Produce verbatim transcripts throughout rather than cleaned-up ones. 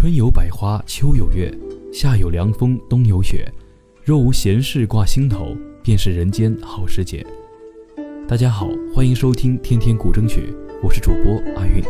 春有百花，秋有月，夏有凉风，冬有雪。若无闲事挂心头，便是人间好时节。大家好，欢迎收听天天古筝曲，我是主播阿韵。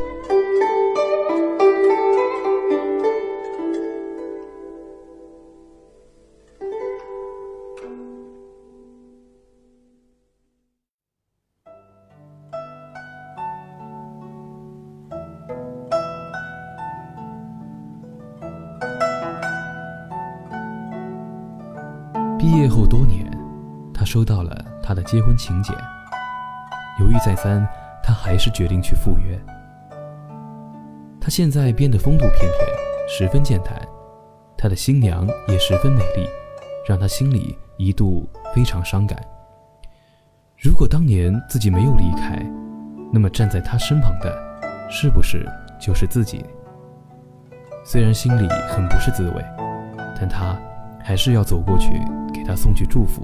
毕业后多年，他收到了他的结婚请柬，犹豫再三，他还是决定去赴约。他现在变得风度翩翩，十分健谈，他的新娘也十分美丽，让他心里一度非常伤感。如果当年自己没有离开，那么站在他身旁的是不是就是自己？虽然心里很不是滋味，但他还是要走过去给他送去祝福。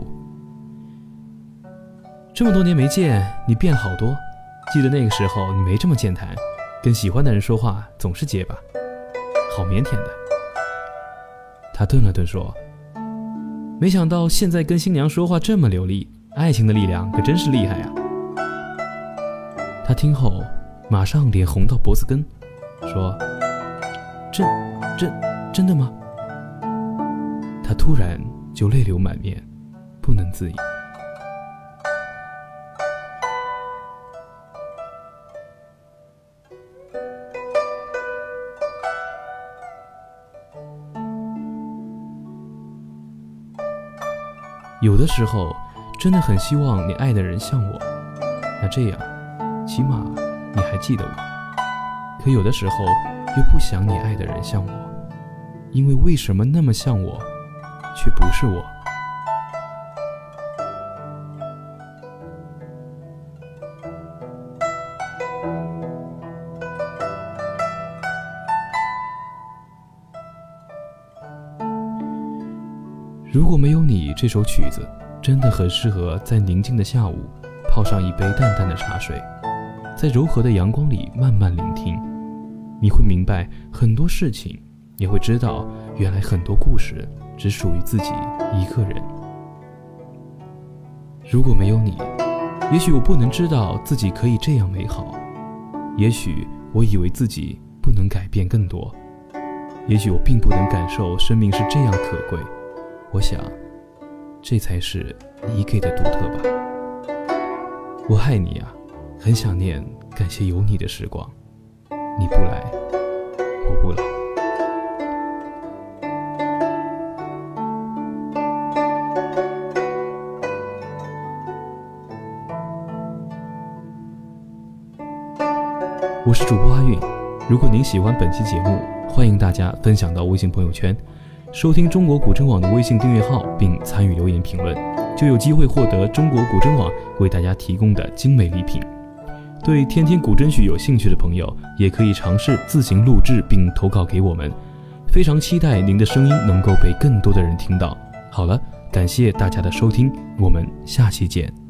这么多年没见，你变了好多，记得那个时候你没这么健谈，跟喜欢的人说话总是结巴，好腼腆的。他顿了顿说，没想到现在跟新娘说话这么流利，爱情的力量可真是厉害啊。他听后马上脸红到脖子根，说，真真真的吗？他突然就泪流满面，不能自已。有的时候真的很希望你爱的人像我，那这样起码你还记得我。可有的时候又不想你爱的人像我，因为为什么那么像我却不是我？如果没有你，这首曲子真的很适合在宁静的下午泡上一杯淡淡的茶水，在柔和的阳光里慢慢聆听，你会明白很多事情，也会知道原来很多故事只属于自己一个人。如果没有你，也许我不能知道自己可以这样美好，也许我以为自己不能改变更多，也许我并不能感受生命是这样可贵。我想这才是你给的独特吧。我爱你啊，很想念感谢有你的时光，你不来我不老。我是主播阿韵，如果您喜欢本期节目，欢迎大家分享到微信朋友圈，收听中国古筝网的微信订阅号并参与留言评论，就有机会获得中国古筝网为大家提供的精美礼品。对天天古筝曲有兴趣的朋友，也可以尝试自行录制并投稿给我们，非常期待您的声音能够被更多的人听到。好了，感谢大家的收听，我们下期见。